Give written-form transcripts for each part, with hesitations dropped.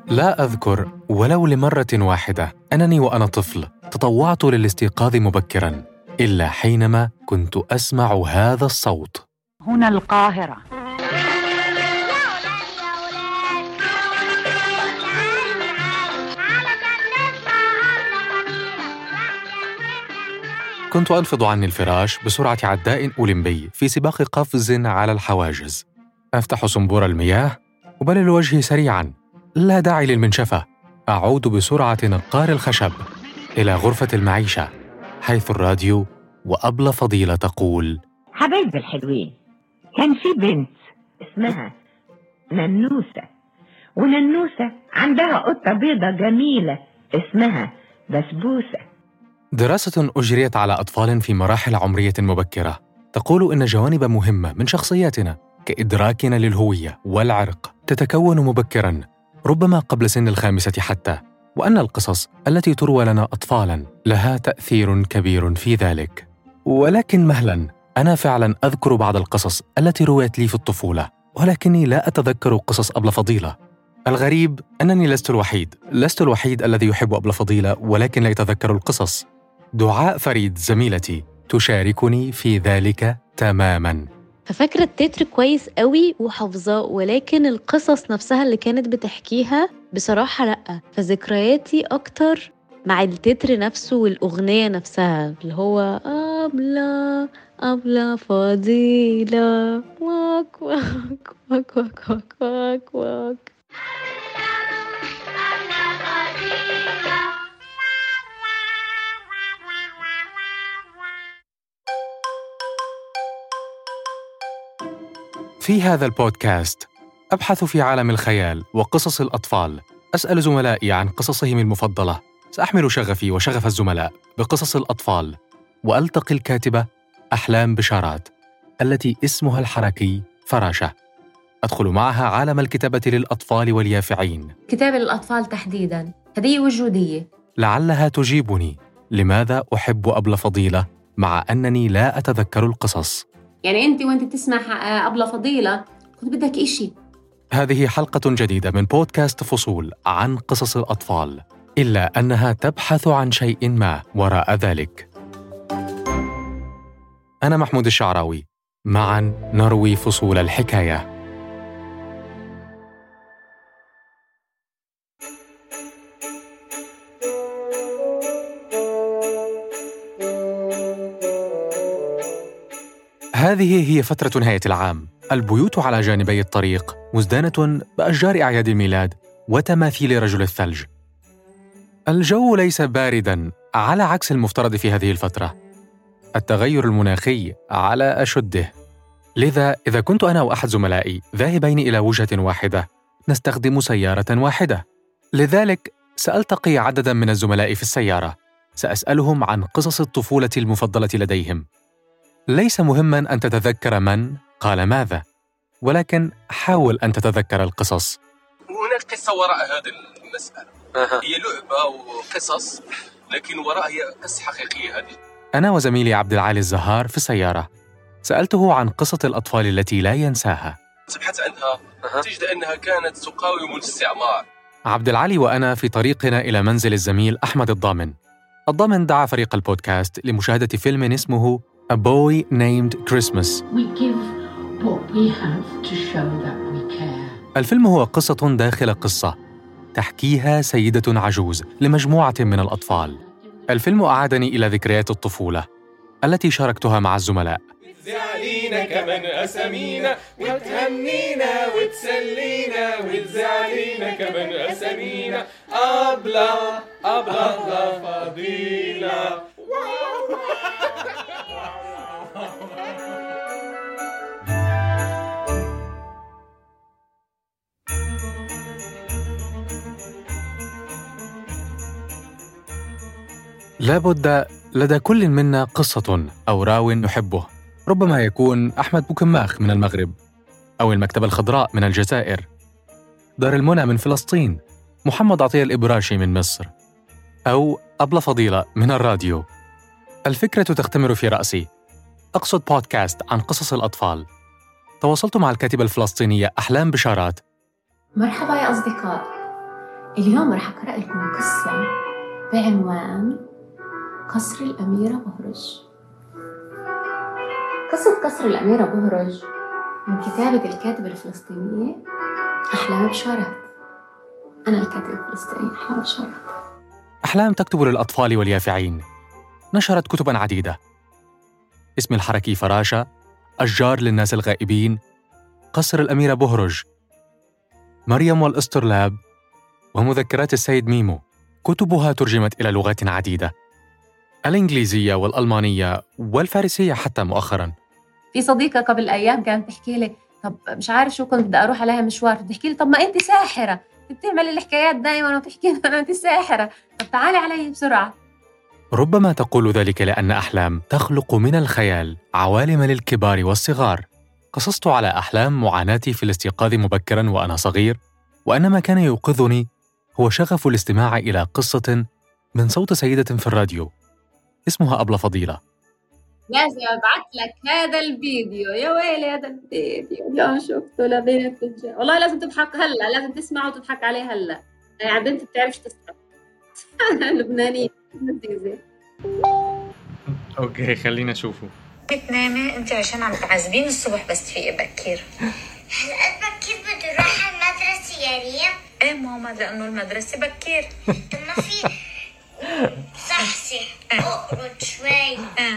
لا أذكر ولو لمرة واحدة أنني وأنا طفل تطوعت للاستيقاظ مبكراً، إلا حينما كنت أسمع هذا الصوت. هنا القاهرة. كنت أنفض عني الفراش بسرعة عداء أولمبي في سباق قفز على الحواجز. أفتح صنبور المياه، أبلل وجهي سريعاً، لا داعي للمنشفة. أعود بسرعة نقار الخشب إلى غرفة المعيشة، حيث الراديو وأبلة فضيلة تقول: حبايب الحلوين، كان في بنت اسمها ننوسة، وننوسة عندها قطة بيضة جميلة اسمها بسبوسة. دراسة أجريت على أطفال في مراحل عمرية مبكرة تقول إن جوانب مهمة من شخصياتنا كإدراكنا للهوية والعرق تتكون مبكراً، ربما قبل سن 5 حتى، وأن القصص التي تروى لنا أطفالاً لها تأثير كبير في ذلك. ولكن مهلاً، أنا فعلاً أذكر بعض القصص التي رويت لي في الطفولة، ولكني لا أتذكر قصص أبلة فضيلة. الغريب أنني لست الوحيد الذي يحب أبلة فضيلة ولكن لا يتذكر القصص. دعاء فريد زميلتي تشاركني في ذلك تماماً. ففاكرة التتر كويس قوي وحافظاه، ولكن القصص نفسها اللي كانت بتحكيها بصراحة لأ. فذكرياتي أكتر مع التتر نفسه والأغنية نفسها، اللي هو أبلة فضيلة واك واك واك واك واك واك واك. في هذا البودكاست أبحث في عالم الخيال وقصص الأطفال، أسأل زملائي عن قصصهم المفضلة. سأحمل شغفي وشغف الزملاء بقصص الأطفال، وألتقي الكاتبة أحلام بشارات التي اسمها الحركي فراشة. أدخل معها عالم الكتابة للأطفال واليافعين، كتابة للأطفال تحديداً هدية وجودية. لعلها تجيبني لماذا أحب أبلة فضيلة مع أنني لا أتذكر القصص. يعني أنت وأنت تسمع أبلة فضيلة كنت بدك إشي. هذه حلقة جديدة من بودكاست فصول عن قصص الأطفال، إلا أنها تبحث عن شيء ما وراء ذلك. أنا محمود الشعراوي، معا نروي فصول الحكاية. هذه هي فترة نهاية العام. البيوت على جانبي الطريق مزدانة بأشجار أعياد الميلاد وتماثيل رجل الثلج. الجو ليس بارداً على عكس المفترض في هذه الفترة. التغير المناخي على أشده. لذا إذا كنت أنا وأحد زملائي ذاهبين إلى وجهة واحدة، نستخدم سيارة واحدة. لذلك سألتقي عدداً من الزملاء في السيارة، سأسألهم عن قصص الطفولة المفضلة لديهم. ليس مهماً أن تتذكر من قال ماذا، ولكن حاول أن تتذكر القصص. هناك قصة وراء هذه المسألة. هي لعبة وقصص، لكن وراءها قصة حقيقية. هذه أنا وزميلي عبد العالي الزهار في السيارة سألته عن قصة الأطفال التي لا ينساها. تبحث عنها تجد أنها كانت تقاوم الاستعمار. عبد العالي وأنا في طريقنا إلى منزل الزميل أحمد الضامن. الضامن دعا فريق البودكاست لمشاهدة فيلم اسمه A Boy Named Christmas. We give what we have to show that we care. الفيلم هو قصة داخل قصة تحكيها سيدة عجوز لمجموعة من الأطفال. الفيلم أعادني إلى ذكريات الطفولة التي شاركتها مع الزملاء. تزعلينا كمان أسامينا وتهنينا وتسلينا وتزعلينا كمان أسامينا أبلة فضيلة. لابد لدى كل منا قصة أو راو نحبه. ربما يكون أحمد بوكماخ من المغرب، أو المكتبة الخضراء من الجزائر، دار المنى من فلسطين، محمد عطية الإبراشي من مصر، أو أبلة فضيلة من الراديو. الفكرة تختمر في رأسي. أقصد بودكاست عن قصص الأطفال. تواصلت مع الكاتبة الفلسطينية أحلام بشارات. مرحبا يا أصدقاء، اليوم رح أقرأ لكم قصة بعنوان قصر الأميرة بهرج. قصة قصر الأميرة بهرج من كتابة الكاتبة الفلسطينية أحلام بشارات. أنا الكاتبة الفلسطينية أحلام بشارات. أحلام تكتب للأطفال واليافعين. نشرت كتباً عديدة: اسم الحركي فراشة، أشجار للناس الغائبين، قصر الأميرة بهرج، مريم والإسطرلاب، ومذكرات السيد ميمو. كتبها ترجمت إلى لغات عديدة: الإنجليزية والألمانية والفارسية حتى مؤخراً. في صديقة قبل أيام كانت تحكي لي طب مش عارف شو كنت بدي أروح عليها مشوار، بتحكي لي طب ما أنت ساحرة، بتعملي الحكايات دائما وتحكي لي أنت ساحرة، طب تعالي علي بسرعة. ربما تقول ذلك لأن أحلام تخلق من الخيال عوالم للكبار والصغار. قصصت على أحلام معاناتي في الاستيقاظ مبكراً وأنا صغير، وأن ما كان يوقظني هو شغف الاستماع إلى قصة من صوت سيدة في الراديو اسمها أبلة فضيلة. لازم أبعث لك هذا الفيديو، يا ويلي هذا الفيديو اليوم شفته لبنت الجو. والله لازم تضحك هلا، لازم تسمعه وتضحك عليه هلا. يعني بنت بتعرفش تسمع. لبنانية لذيذة. أوكي خلينا نشوفه. بتنامي انت عشان عم تعذبين الصبح بس تفيقي بكير. هلقت بكير بدي اروح على المدرسة يا ريم. ايه ماما لانه المدرسة بكير. طب ما في صحصح اقرد شوي.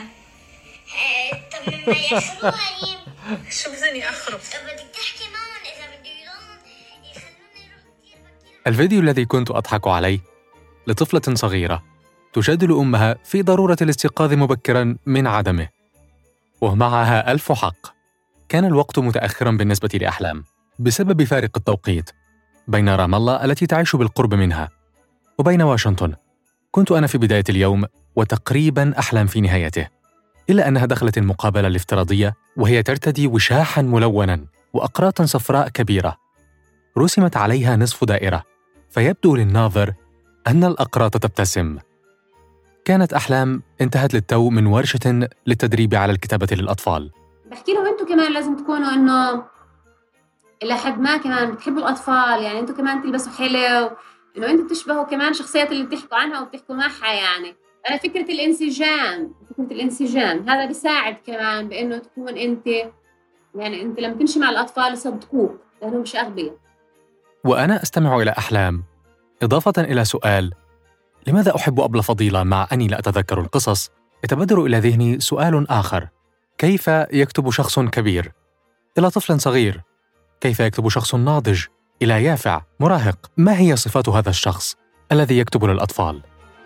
طب لما ياخروها ريم شو بدهم ياخروا؟ طب بدك تحكي معهم اذا بده يضلوا يخلوني اروح كثير بكير. الفيديو الذي كنت أضحك عليه لطفلة صغيرة تجادل أمها في ضرورة الاستيقاظ مبكراً من عدمه، ومعها ألف حق. كان الوقت متأخراً بالنسبة لأحلام بسبب فارق التوقيت بين رام الله التي تعيش بالقرب منها وبين واشنطن. كنت أنا في بداية اليوم وتقريباً أحلام في نهايته، إلا أنها دخلت المقابلة الافتراضية وهي ترتدي وشاحاً ملوناً وأقراطاً صفراء كبيرة رسمت عليها نصف دائرة، فيبدو للناظر أن الأقراط تبتسم. كانت أحلام انتهت للتو من ورشة للتدريب على الكتابة للأطفال. بحكي لهم أنتوا كمان لازم تكونوا إنه إلى حد ما كمان بتحبوا الأطفال، يعني أنتوا كمان تلبسوا حلو، إنه أنتوا بتشبهوا كمان شخصيات اللي بتحكوا عنها وبتحكوا معها. يعني أنا فكرة الانسجام هذا بيساعد كمان بإنه تكون أنت، يعني أنت لما تمشي مع الأطفال يصدقوك لأنهم مش أغبياء. وأنا أستمع إلى أحلام إضافة إلى سؤال لماذا أحب أبلة فضيلة مع أني لا أتذكر القصص، يتبادر إلى ذهني سؤال آخر: كيف يكتب شخص كبير إلى طفل صغير؟ كيف يكتب شخص ناضج إلى يافع مراهق؟ ما هي صفات هذا الشخص الذي يكتب للأطفال؟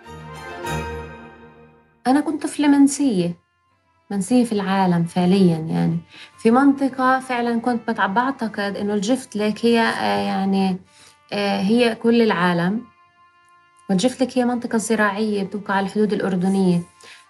أنا كنت طفلة منسية في العالم فعلياً، يعني في منطقة فعلاً كنت بعتقد إنه الجفت لك هي هي كل العالم، والجفت لك هي منطقة زراعية بتوقع على الحدود الأردنية،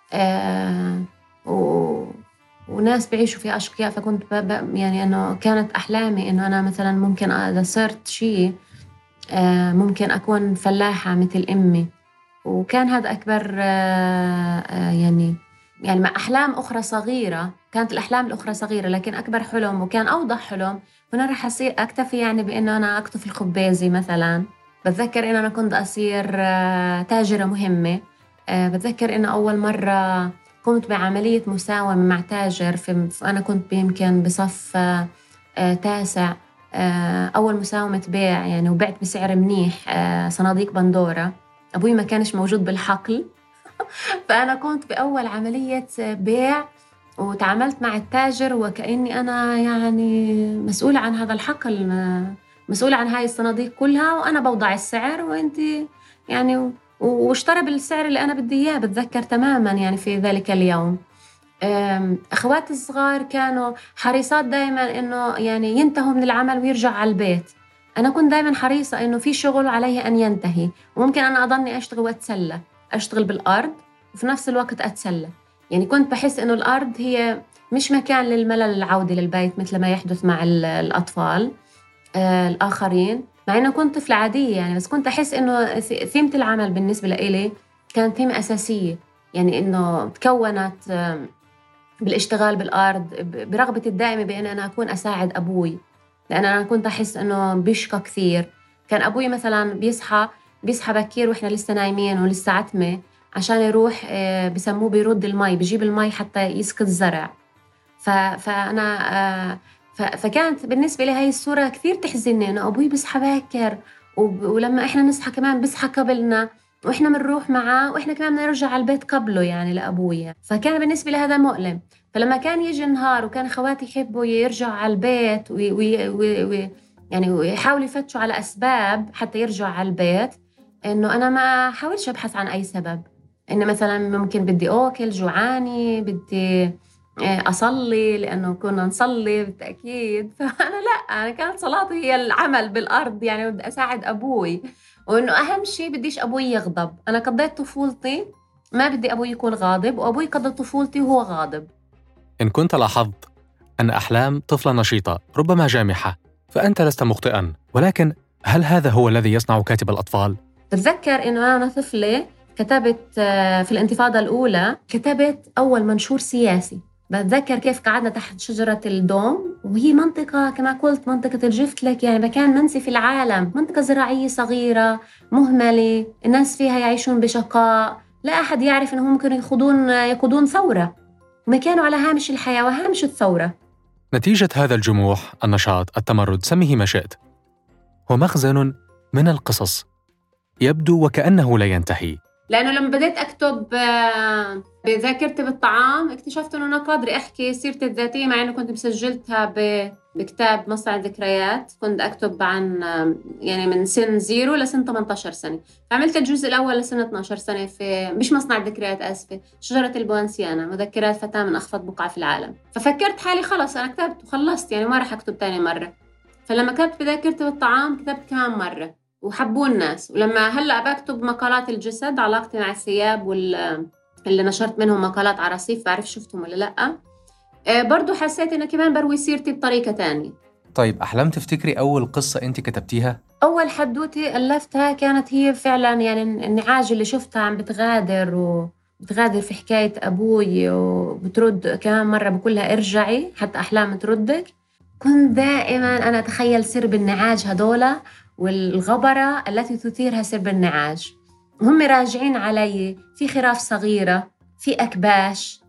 وناس بيعيشوا فيها أشقياء. فكنت يعني إنه كانت أحلامي إنه أنا مثلاً ممكن إذا صرت شيء ممكن أكون فلاحة مثل أمي. وكان هذا أكبر يعني مع أحلام أخرى صغيرة، كانت الأحلام الأخرى صغيرة لكن أكبر حلم وكان أوضح حلم هنا رح أصير أكتفي يعني بأنه أنا أقطف الخبازي مثلا. بتذكر إنه أنا كنت أصير تاجرة مهمة. بتذكر إنه أول مرة قمت بعملية مساومة مع تاجر أنا كنت يمكن بصف 9، أول مساومة بيع يعني، وبعت بسعر منيح صناديق بندورة. أبوي ما كانش موجود بالحقل فأنا كنت بأول عملية بيع وتعاملت مع التاجر وكأني أنا يعني مسؤولة عن هذا الحقل، مسؤولة عن هاي الصناديق كلها، وأنا بوضع السعر وأنتي يعني واشترى بالسعر اللي أنا بدي إياه. بتذكر تماماً يعني في ذلك اليوم. أخواتي الصغار كانوا حريصات دايماً إنه يعني ينتهوا من العمل ويرجعوا على البيت. أنا كنت دايماً حريصة إنه في شغل عليه أن ينتهي، وممكن أنا أضلني أشتغل وأتسلى، أشتغل بالأرض وفي نفس الوقت أتسلى. يعني كنت بحس إنه الأرض هي مش مكان للملل العودة للبيت مثل ما يحدث مع الأطفال الآخرين، مع إنه كنت طفلة عادية يعني، بس كنت أحس إنه ثيمة العمل بالنسبة لإلي كانت ثيمة أساسية، يعني إنه تكونت بالاشتغال بالأرض برغبتي الدائمة بأن أنا أكون أساعد أبوي، لأن أنا كنت أحس إنه بيشقى كثير. كان أبوي مثلا بيصحى بكير وإحنا لسه نايمين ولسه عتمة عشان يروح بسموه بيرد المي، بيجيب المي حتى يسقي الزرع. فأنا فكانت بالنسبة لي هاي الصورة كثير تحزنني، إنه أبوي بيصحى باكر ولما إحنا نصحى كمان بيصحى قبلنا، وإحنا بنروح معاه وإحنا كمان بنرجع على البيت قبله يعني لأبويا. فكان بالنسبة لي هذا مؤلم. فلما كان يجي النهار وكان أخواتي يحبوا يرجعوا على البيت يعني ويحاولوا يفتشوا على أسباب حتى يرجعوا على البيت، إنه أنا ما حاولش أبحث عن أي سبب، إنه مثلا ممكن بدي أكل، جوعاني، بدي أصلي لأنه كنا نصلي بالتأكيد. فأنا لا، أنا كانت صلاتي هي العمل بالأرض يعني، بدي أساعد أبوي، وإنه أهم شيء بديش أبوي يغضب. أنا قضيت طفولتي ما بدي أبوي يكون غاضب، وأبوي قضى طفولتي وهو غاضب. إن كنت لاحظت أن أحلام طفلة نشيطة ربما جامحة، فأنت لست مخطئاً، ولكن هل هذا هو الذي يصنع كاتب الأطفال؟ بتذكر إنه أنا طفلة كتبت في الانتفاضة الأولى، كتبت أول منشور سياسي. بتذكر كيف قعدنا تحت شجرة الدوم، وهي منطقة كما قلت منطقة الجفتلك، يعني مكان منسي في العالم، منطقة زراعية صغيرة مهملة، الناس فيها يعيشون بشقاء، لا أحد يعرف أنهم ممكن يقودون ثورة، ما كانوا على هامش الحياة وهامش الثورة. نتيجة هذا الجموح، النشاط، التمرد، سميه ما شئت، هو مخزن من القصص يبدو وكأنه لا ينتهي. لأنه لما بديت أكتب بذاكرتي بالطعام، اكتشفت أنه أنا قادرة أحكي سيرتي الذاتية، مع أنه كنت مسجلتها بكتاب مصنع الذكريات. كنت أكتب عن يعني من سن 0 لسن 18 سنة. فعملت الجزء الأول لسن 12 سنة في مش مصنع الذكريات، آسفة، شجرة البوانسيانا، مذكرات فتاة من أخفض بقعة في العالم. ففكرت حالي خلص أنا كتبت وخلصت، يعني ما رح أكتب تاني مرة. فلما كتبت بذاكرتي بالطعام كتبت كمان مرة وحبوا الناس. ولما هلأ بكتب مقالات الجسد، علاقتي مع الثياب اللي نشرت منهم مقالات على رصيف، بعرف شفتهم ولا لأ، برضو حسيت إنه كمان بروي سيرتي بطريقة تانية. طيب أحلام، تفتكري أول قصة أنت كتبتيها؟ أول حدوتي ألفتها كانت هي فعلا يعني النعاج اللي شفتها عم بتغادر في حكاية أبوي، وبترد كمان مرة بقولها ارجعي حتى أحلام تردك. كنت دائما أنا أتخيل سرب النعاج هدولة والغبرة التي تثيرها سرب النعاج، هم راجعين علي في خراف صغيرة، في أكباش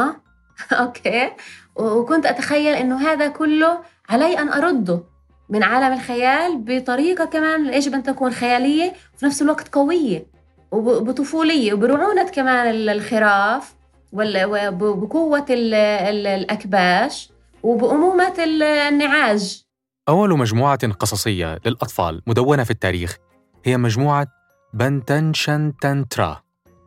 أوكي. وكنت أتخيل إنه هذا كله علي أن أرده من عالم الخيال بطريقة كمان يجب أن تكون خيالية وفي نفس الوقت قوية وبطفولية وبرعونة كمان الخراف وبقوة الأكباش وبأمومة النعاج. أول مجموعة قصصية للأطفال مدونة في التاريخ هي مجموعة بنتنشنتنترا.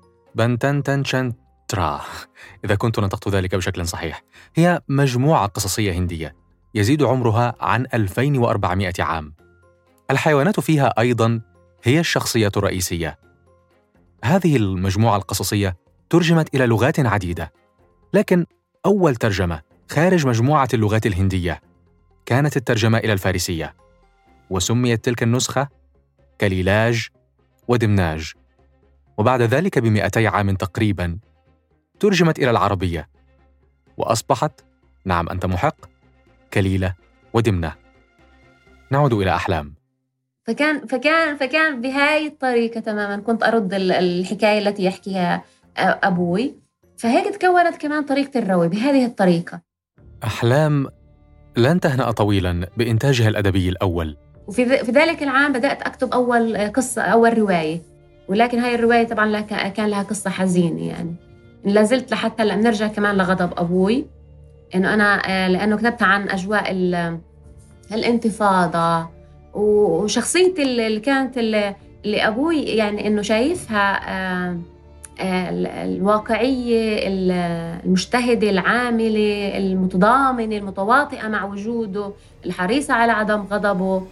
إذا كنت نطقت ذلك بشكل صحيح. هي مجموعة قصصية هندية يزيد عمرها عن 2400 عام. الحيوانات فيها أيضاً هي الشخصية الرئيسية. هذه المجموعة القصصية ترجمت إلى لغات عديدة، لكن أول ترجمة خارج مجموعة اللغات الهندية كانت الترجمة إلى الفارسية، وسميت تلك النسخة كليلاج ودمناج. وبعد ذلك ب200 عام تقريباً ترجمت إلى العربية وأصبحت، نعم أنت محق، كليلة ودمنة. نعود إلى أحلام. فكان بهاي الطريقة تماماً كنت أرد الحكاية التي يحكيها أبوي. فهيك تكونت كمان طريقة الروي بهذه الطريقة. أحلام لن تهنأ طويلاً بإنتاجها الأدبي الأول، وفي ذلك العام بدأت أكتب أول قصة، أول رواية، ولكن هاي الرواية طبعاً كان لها قصة حزينة، يعني لازلت لحتى هلا بنرجع كمان لغضب أبوي، إنه أنا لأنه كتبت عن أجواء الانتفاضة وشخصية اللي كانت اللي أبوي يعني إنه شايفها الواقعية، المجتهدة، العاملة، المتضامنة، المتواطئة مع وجوده، الحريصة على عدم غضبه.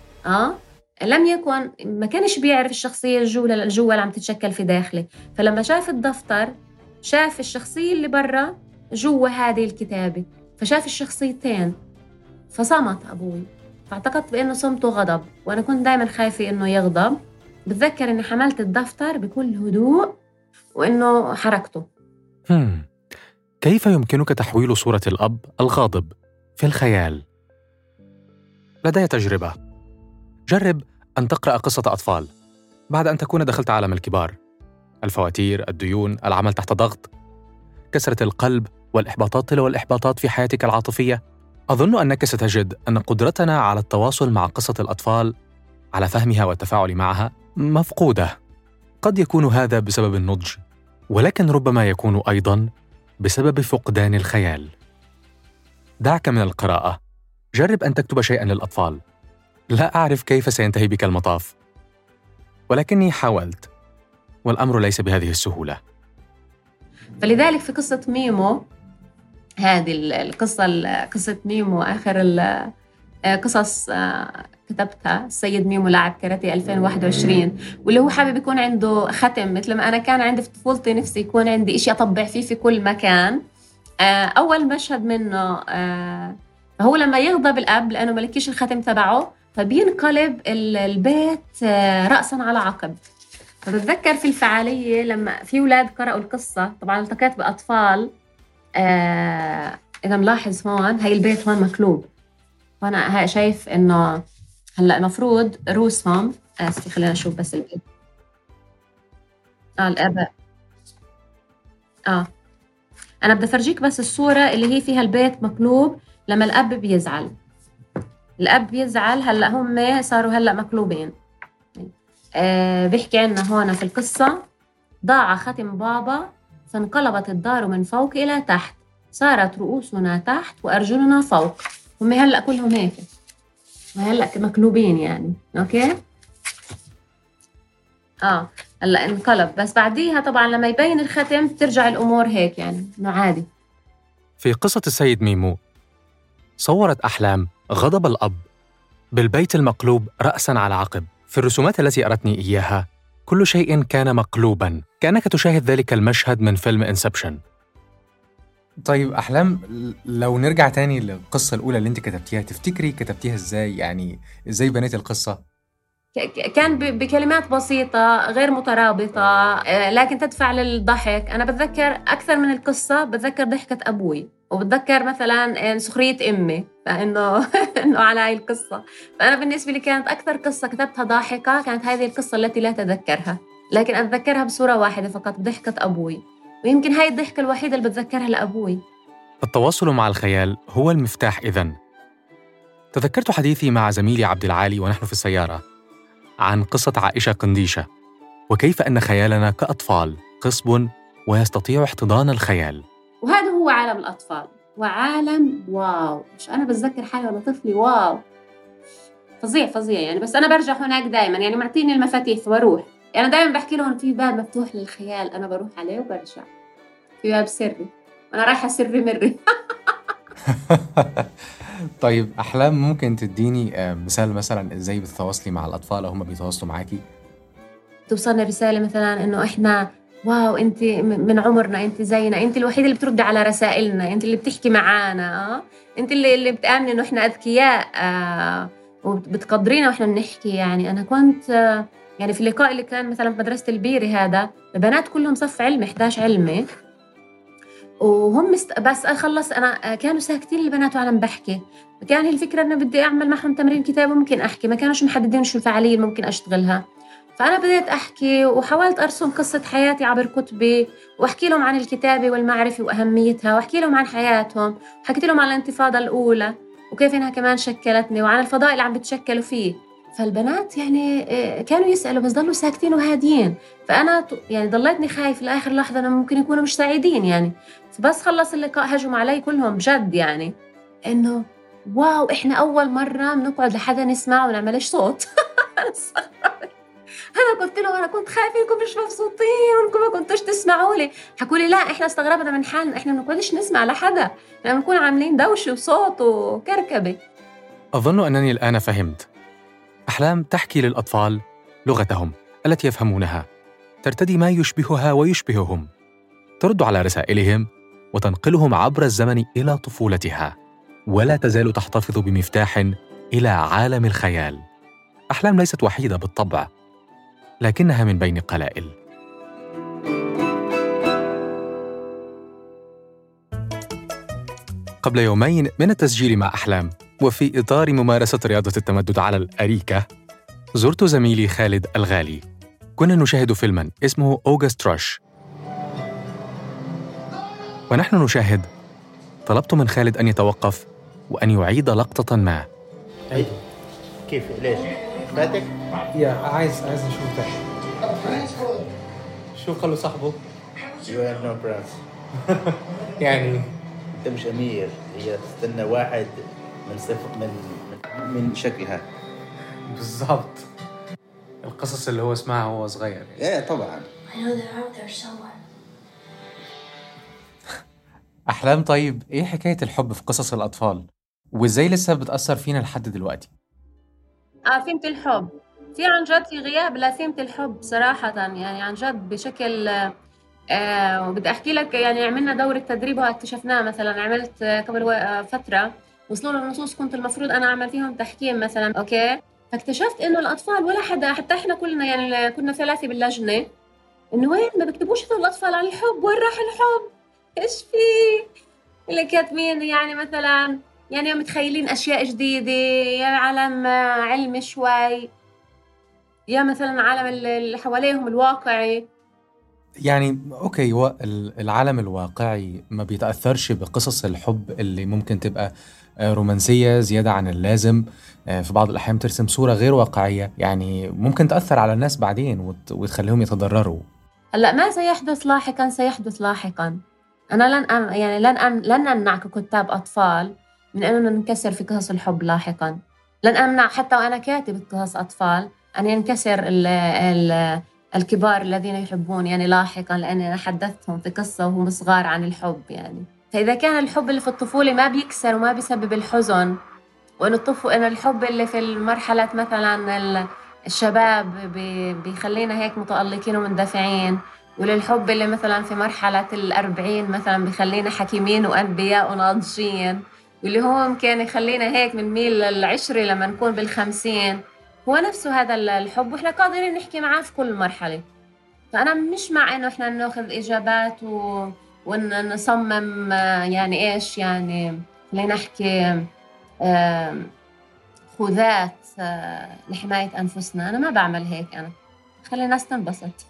ما كانش بيعرف الشخصية الجوا اللي عم تتشكل في داخله. فلما شاف الدفتر شاف الشخصية اللي برا جوا هذه الكتابة، فشاف الشخصيتين فصمت أبوي. فاعتقدت بأنه صمته غضب، وأنا كنت دايما خايفة أنه يغضب. بتذكر أني حملت الدفتر بكل هدوء وأنه حركته. كيف يمكنك تحويل صورة الأب الغاضب في الخيال؟ لدي تجربة. جرب أن تقرأ قصة أطفال بعد أن تكون دخلت عالم الكبار، الفواتير، الديون، العمل تحت ضغط، كسرة القلب والإحباطات تلو الإحباطات في حياتك العاطفية. أظن أنك ستجد أن قدرتنا على التواصل مع قصة الأطفال، على فهمها والتفاعل معها، مفقودة. قد يكون هذا بسبب النضج، ولكن ربما يكون أيضاً بسبب فقدان الخيال. دعك من القراءة، جرب أن تكتب شيئاً للأطفال. لا أعرف كيف سينتهي بك المطاف، ولكني حاولت، والأمر ليس بهذه السهولة. فلذلك في قصة ميمو، هذه القصة، قصة ميمو آخر القصص كتبتها السيد ميمو لاعب كاراتيه 2021، واللي هو حابب يكون عنده ختم مثل ما أنا كان عندي في طفولتي، نفسي يكون عندي إشي أطبع فيه في كل مكان. أول مشهد منه هو لما يغضب الأب لأنه ملكيش الختم تبعه، فبينقلب البيت رأساً على عقب. فبتذكر في الفعالية لما في أولاد قرأوا القصة، طبعاً التقيت بأطفال، إذا ملاحظ هون هاي البيت هون مقلوب، وأنا شايف إنه هلأ المفروض رؤوسهم خلينا نشوف بس البيت. الآباء أنا بدي أفرجيك بس الصورة اللي هي فيها البيت مقلوب لما الأب بيزعل. الأب بيزعل، هلأ هم صاروا هلأ مقلوبين. بيحكي عنا هون في القصة: ضاع ختم بابا فانقلبت الدار من فوق إلى تحت، صارت رؤوسنا تحت وأرجلنا فوق. هم هلأ كلهم هيك، هلأ مقلوبين يعني. أوكي هلأ انقلب، بس بعديها طبعا لما يبين الختم ترجع الأمور هيك يعني إنه عادي. في قصة السيد ميمو صورت أحلام غضب الأب بالبيت المقلوب رأساً على عقب. في الرسومات التي أرتني إياها كل شيء كان مقلوباً، كأنك تشاهد ذلك المشهد من فيلم إنسبشن. طيب أحلام، لو نرجع تاني للقصة الأولى اللي أنت كتبتيها، تفتكري كتبتيها إزاي؟ يعني إزاي بنيت القصة؟ كان بكلمات بسيطة غير مترابطة، لكن تدفع للضحك. أنا بتذكر أكثر من القصة، بتذكر ضحكة أبوي، وبتذكر مثلا سخرية أمي، فإنه إنه على هاي القصة. فأنا بالنسبة لي كانت أكثر قصة كتبتها ضاحكة كانت هذه القصة التي لا تذكرها، لكن أتذكرها بصورة واحدة فقط، ضحكة أبوي، ويمكن هاي الضحكة الوحيدة اللي بتذكرها لأبوي. التواصل مع الخيال هو المفتاح إذن. تذكرت حديثي مع زميلي عبد العالي ونحن في السيارة عن قصة عائشة قنديشة، وكيف أن خيالنا كأطفال قصب ويستطيع احتضان الخيال. وهذا هو عالم الأطفال، وعالم واو. مش أنا بتذكر حالي وأنا طفلي واو فظيع فظيع يعني. بس أنا برجع هناك دايما، يعني معطيني المفاتيح فبروح. أنا دايما بحكي لهم في باب مفتوح للخيال، أنا بروح عليه وبرجع. في باب سري، أنا رايحة سري مري. طيب أحلام، ممكن تديني مثال مثلا إزاي بتتواصلي مع الأطفال أو هم بيتواصلوا معاكي؟ توصلنا رسالة مثلا إنه إحنا واو، أنت من عمرنا، أنت زينا، أنت الوحيدة اللي بترد على رسائلنا، أنت اللي بتحكي معانا، أنت اللي بتآمن إنه إحنا أذكياء وبتقدرينا وإحنا بنحكي. يعني أنا كنت يعني في اللقاء اللي كان مثلا في مدرسة البيري هذا، البنات كلهم صف علمي 11 علمي، وهم بس أخلص أنا كانوا ساكتين البنات وأنا بحكي. كان هي الفكرة إنه بدي أعمل معهم تمرين كتابة ممكن أحكي، ما كانوش محددين شو الفعالية اللي ممكن أشتغلها. فأنا بديت أحكي وحاولت أرسم قصة حياتي عبر كتبي، وأحكي لهم عن الكتابة والمعرفة وأهميتها، وأحكي لهم عن حياتهم، وحكيت لهم عن الانتفاضة الأولى وكيف إنها كمان شكلتني، وعن الفضاء اللي عم بتشكلوا فيه. فالبنات يعني كانوا يسألوا بس ضلوا ساكتين وهادين. فأنا يعني ضليتني خايف لآخر لحظة أنه ممكن يكونوا مش سعيدين يعني. فبس خلص اللقاء هجموا علي كلهم بجد، يعني إنه واو إحنا أول مرة بنقعد لحدا نسمع ونعملش صوت. أنا قلت لهم أنا كنت خايفة إنكم مش مبسوطين وإنكم ما كنتوش تسمعوا لي. حكوا لي لا إحنا استغربنا من حالنا، إحنا ما بنقعدش نسمع لحدا، إحنا بنكون عاملين دوشة وصوت وكركبة. أظن أنني الآن فهمت. أحلام تحكي للأطفال لغتهم التي يفهمونها، ترتدي ما يشبهها ويشبههم، ترد على رسائلهم وتنقلهم عبر الزمن إلى طفولتها، ولا تزال تحتفظ بمفتاح إلى عالم الخيال. أحلام ليست وحيدة بالطبع، لكنها من بين قلائل. قبل يومين من التسجيل مع أحلام، وفي إطار ممارسة رياضة التمدد على الأريكة، زرت زميلي خالد الغالي. كنا نشاهد فيلماً اسمه أوغست راش. ونحن نشاهد طلبت من خالد أن يتوقف وأن يعيد لقطة ما. عيد كيف ليش؟ فاتك؟ يا عايز أشوفك. شو قال له صاحبه؟ You have no brass. يعني أنت مش أمير، هي تستنى واحد من شكلها. بالضبط القصص اللي هو سمعها وهو صغير. إيه طبعاً. أحلام، طيب إيه حكاية الحب في قصص الأطفال؟ وإزاي لسه بتأثر فينا لحد دلوقتي؟ ثيمة الحب في عن جد في غياب لثيمة الحب صراحة، يعني عن جد بشكل وبدي أحكي لك. يعني عملنا دورة تدريب واكتشفناه. مثلا عملت قبل فترة وصلوا للنصوص كنت المفروض أنا أعمل فيهم تحكيم مثلا، أوكي، فاكتشفت إنه الأطفال ولا حدا، حتى إحنا كلنا يعني كنا 3 باللجنة، إنه وين ما بكتبوش هذول الأطفال عن الحب، وين راح الحب؟ إيش فيه؟ اللي كاتبين يعني مثلا يعني متخيلين أشياء جديدة، يا عالم علمي شوي، يا مثلا عالم اللي حواليهم الواقعي. يعني أوكي، هو العالم الواقعي ما بيتأثرش بقصص الحب اللي ممكن تبقى رومانسية زيادة عن اللازم، في بعض الأحيان ترسم صورة غير واقعية، يعني ممكن تأثر على الناس بعدين وتخليهم يتضرروا. هلا ما سيحدث لاحقا، سيحدث لاحقا. أنا لن أمنع ككتاب أطفال من أننا ننكسر في قصص الحب لاحقا. لن أمنع حتى وأنا كاتبة قصص أطفال أن ينكسر الكبار الذين يحبون يعني لاحقا، لأني أنا حدثتهم في قصة وهم صغار عن الحب. يعني فإذا كان الحب اللي في الطفولة ما بيكسر وما بيسبب الحزن، وأن الحب اللي في المرحلة مثلا الشباب بيخلينا هيك متألقين ومندفعين، وللحب اللي مثلا في مرحلة 40 مثلا بيخلينا حكيمين وأنبياء وناضجين، واللي هو ممكن يخلينا هيك من ميل 10 لما نكون 50، هو نفسه هذا الحب، وإحنا قادرين نحكي معاه في كل مرحلة. فأنا مش مع إنه إحنا نأخذ إجابات ونصمم يعني إيش، يعني خلينا نحكي خوذات لحماية أنفسنا. أنا ما بعمل هيك، أنا خلي الناس تنبسط.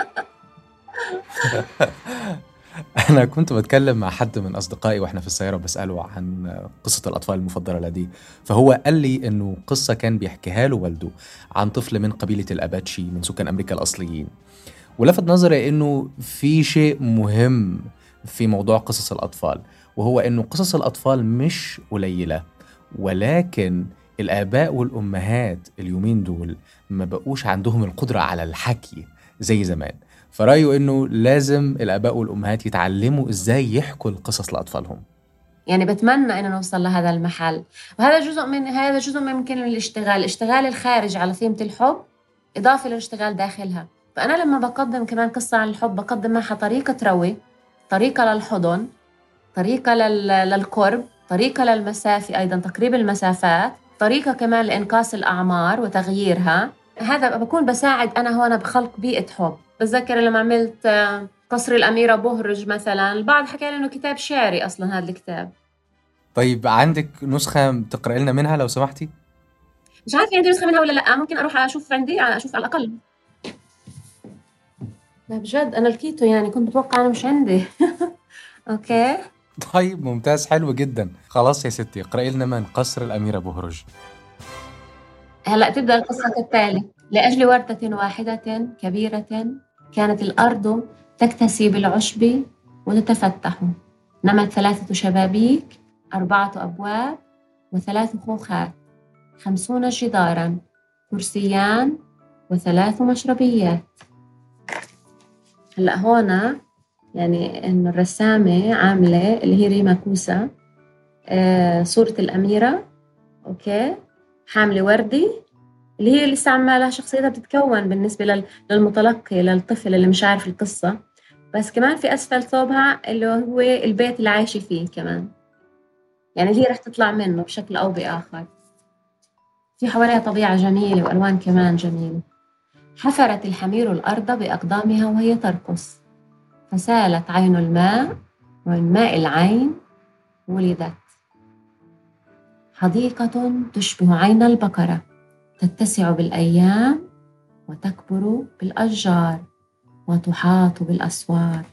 أنا كنت بتكلم مع حد من أصدقائي وإحنا في السيارة بسأله عن قصة الأطفال المفضلة لديه، فهو قال لي إنه قصة كان بيحكيها له والده عن طفل من قبيلة الأباتشي من سكان أمريكا الأصليين، ولفت نظري إنه في شيء مهم في موضوع قصص الأطفال، وهو إنه قصص الأطفال مش قليلة، ولكن الآباء والأمهات اليومين دول ما بقوش عندهم القدرة على الحكي زي زمان. فرأيه إنه لازم الآباء والأمهات يتعلموا إزاي يحكوا القصص لأطفالهم. يعني بتمنى إنه نوصل لهذا المحل، وهذا جزء من ممكن من الاشتغال الخارج على ثيمة الحب، إضافة للاشتغال داخلها. فأنا لما بقدم كمان قصة عن الحب بقدم معها طريقة روي، طريقة للحضن، طريقة للقرب، طريقة للمسافة أيضا تقريب المسافات، طريقة كمان لإنقاص الأعمار وتغييرها. هذا بكون بساعد أنا هون بخلق بيئة حب. بتذكر لما عملت قصر الأميرة بهرج مثلا، البعض حكى لي إنه كتاب شعري أصلا هذا الكتاب. طيب عندك نسخة تقرأ لنا منها لو سمحتي؟ مش عارفة عندي نسخة منها ولا لا، ممكن أروح أشوف عندي، أشوف على الأقل. لا بجد أنا لقيته، يعني كنت بتوقع أنا مش عندي. أوكي طيب ممتاز، حلو جدا. خلاص يا ستي اقرأي لنا من قصر الأميرة بهرج. هلأ تبدأ القصة كالتالي: لأجل وردة واحدة كبيرة كانت الأرض تكتسي بالعشب وتتفتح، نمت 3 شبابيك، 4 أبواب، و3 خوخات، 50 جداراً، كرسيان، و3 مشربيات. هلأ هنا يعني إنه الرسامة عاملة اللي هي ريما كوسا صورة الأميرة، أوكي، حاملة وردي اللي هي لسه عمالها شخصيتها بتتكون بالنسبة للمتلقي، للطفل اللي مش عارف القصة، بس كمان في أسفل ثوبها اللي هو البيت اللي عايشة فيه كمان، يعني اللي هي رح تطلع منه بشكل أو بآخر. في حواليها طبيعة جميلة وألوان كمان جميلة. حفرت الحمير الأرض بأقدامها وهي ترقص، فسالت عين الماء، ومن ماء العين ولدت حديقة تشبه عين البقرة، تتسع بالأيام وتكبر بالأشجار وتحاط بالأسوار.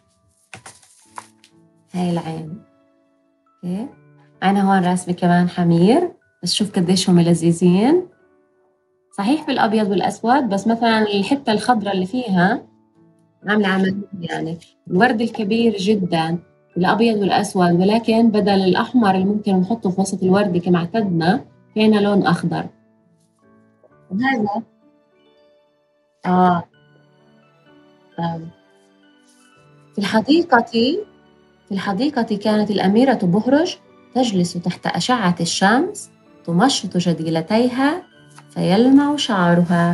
هاي العين. اوكي، أنا هون راسمة كمان حمير، بس شوف قديش هم لذيذين. صحيح في الأبيض والأسود، بس مثلا الحتة الخضراء اللي فيها عاملة عمل يعني الورد الكبير جدا الأبيض والأسود، ولكن بدل الأحمر اللي ممكن نحطه في وسط الورد كما اعتدنا فينا لون أخضر. وهذا في الحديقة كانت الأميرة بهرج تجلس تحت أشعة الشمس تمشط جديلتيها فيلمع شعرها.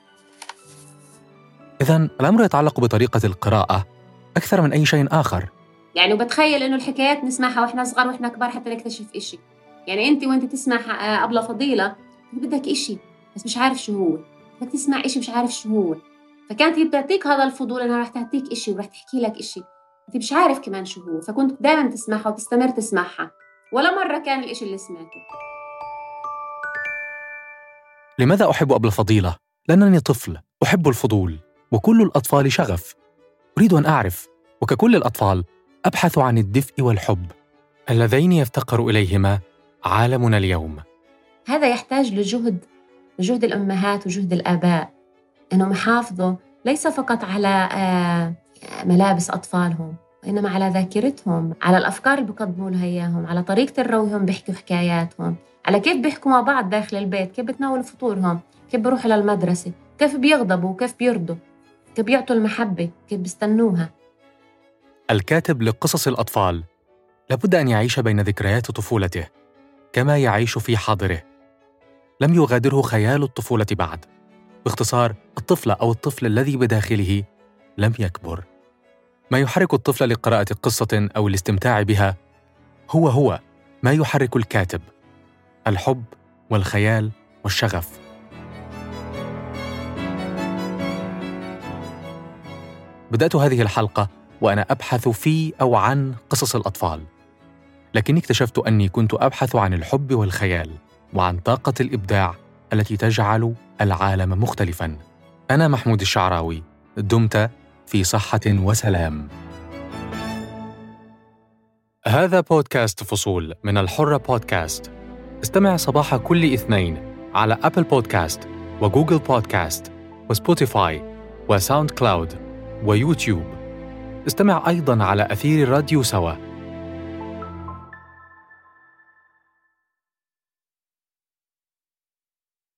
إذن الأمر يتعلق بطريقة القراءة أكثر من أي شيء آخر. يعني وبتخيل إنه الحكايات نسمعها وإحنا صغار وإحنا كبار حتى نكتشف إشي. يعني أنت وأنت تسمع أبلة فضيلة بدك إشي بس مش عارف شو هو، بدك تسمع إشي مش عارف شو هو، فكانت بتعطيك هذا الفضول إنها رح تعطيك إشي ورح تحكي لك إشي أنت مش عارف كمان شو هو، فكنت دائما تسمعها وتستمر تسمعها، ولا مرة كان الإشي اللي سمعته. لماذا أحب أبلة فضيلة؟ لأنني طفل أحب الفضول، وكل الأطفال شغف. أريد أن أعرف، وككل الأطفال أبحث عن الدفء والحب اللذين يفتقر إليهما عالمنا اليوم. هذا يحتاج لجهد الأمهات وجهد الآباء، إنهم يحافظوا ليس فقط على ملابس أطفالهم، وإنما على ذاكرتهم، على الأفكار اللي بيقدموا لها إياهم، على طريقة الرويهم بيحكوا حكاياتهم، على كيف بيحكوا مع بعض داخل البيت، كيف بتناولوا فطورهم، كيف بيروحوا للمدرسة، كيف بيغضبوا وكيف بيرضوا، كيف بيعطوا المحبة، كيف بيستنوها. الكاتب لقصص الأطفال لابد أن يعيش بين ذكريات طفولته كما يعيش في حاضره. لم يغادره خيال الطفولة بعد. باختصار، الطفل أو الطفل الذي بداخله لم يكبر. ما يحرك الطفل لقراءة قصة أو الاستمتاع بها هو ما يحرك الكاتب: الحب والخيال والشغف. بدأت هذه الحلقة وأنا أبحث في أو عن قصص الأطفال، لكني اكتشفت أني كنت أبحث عن الحب والخيال وعن طاقة الإبداع التي تجعل العالم مختلفاً. أنا محمود الشعراوي، دمت في صحة وسلام. هذا بودكاست فصول من الحرة بودكاست. استمع صباح كل اثنين على أبل بودكاست وجوجل بودكاست وسبوتيفاي وساوند كلاود ويوتيوب. استمع أيضاً على أثير الراديو سوا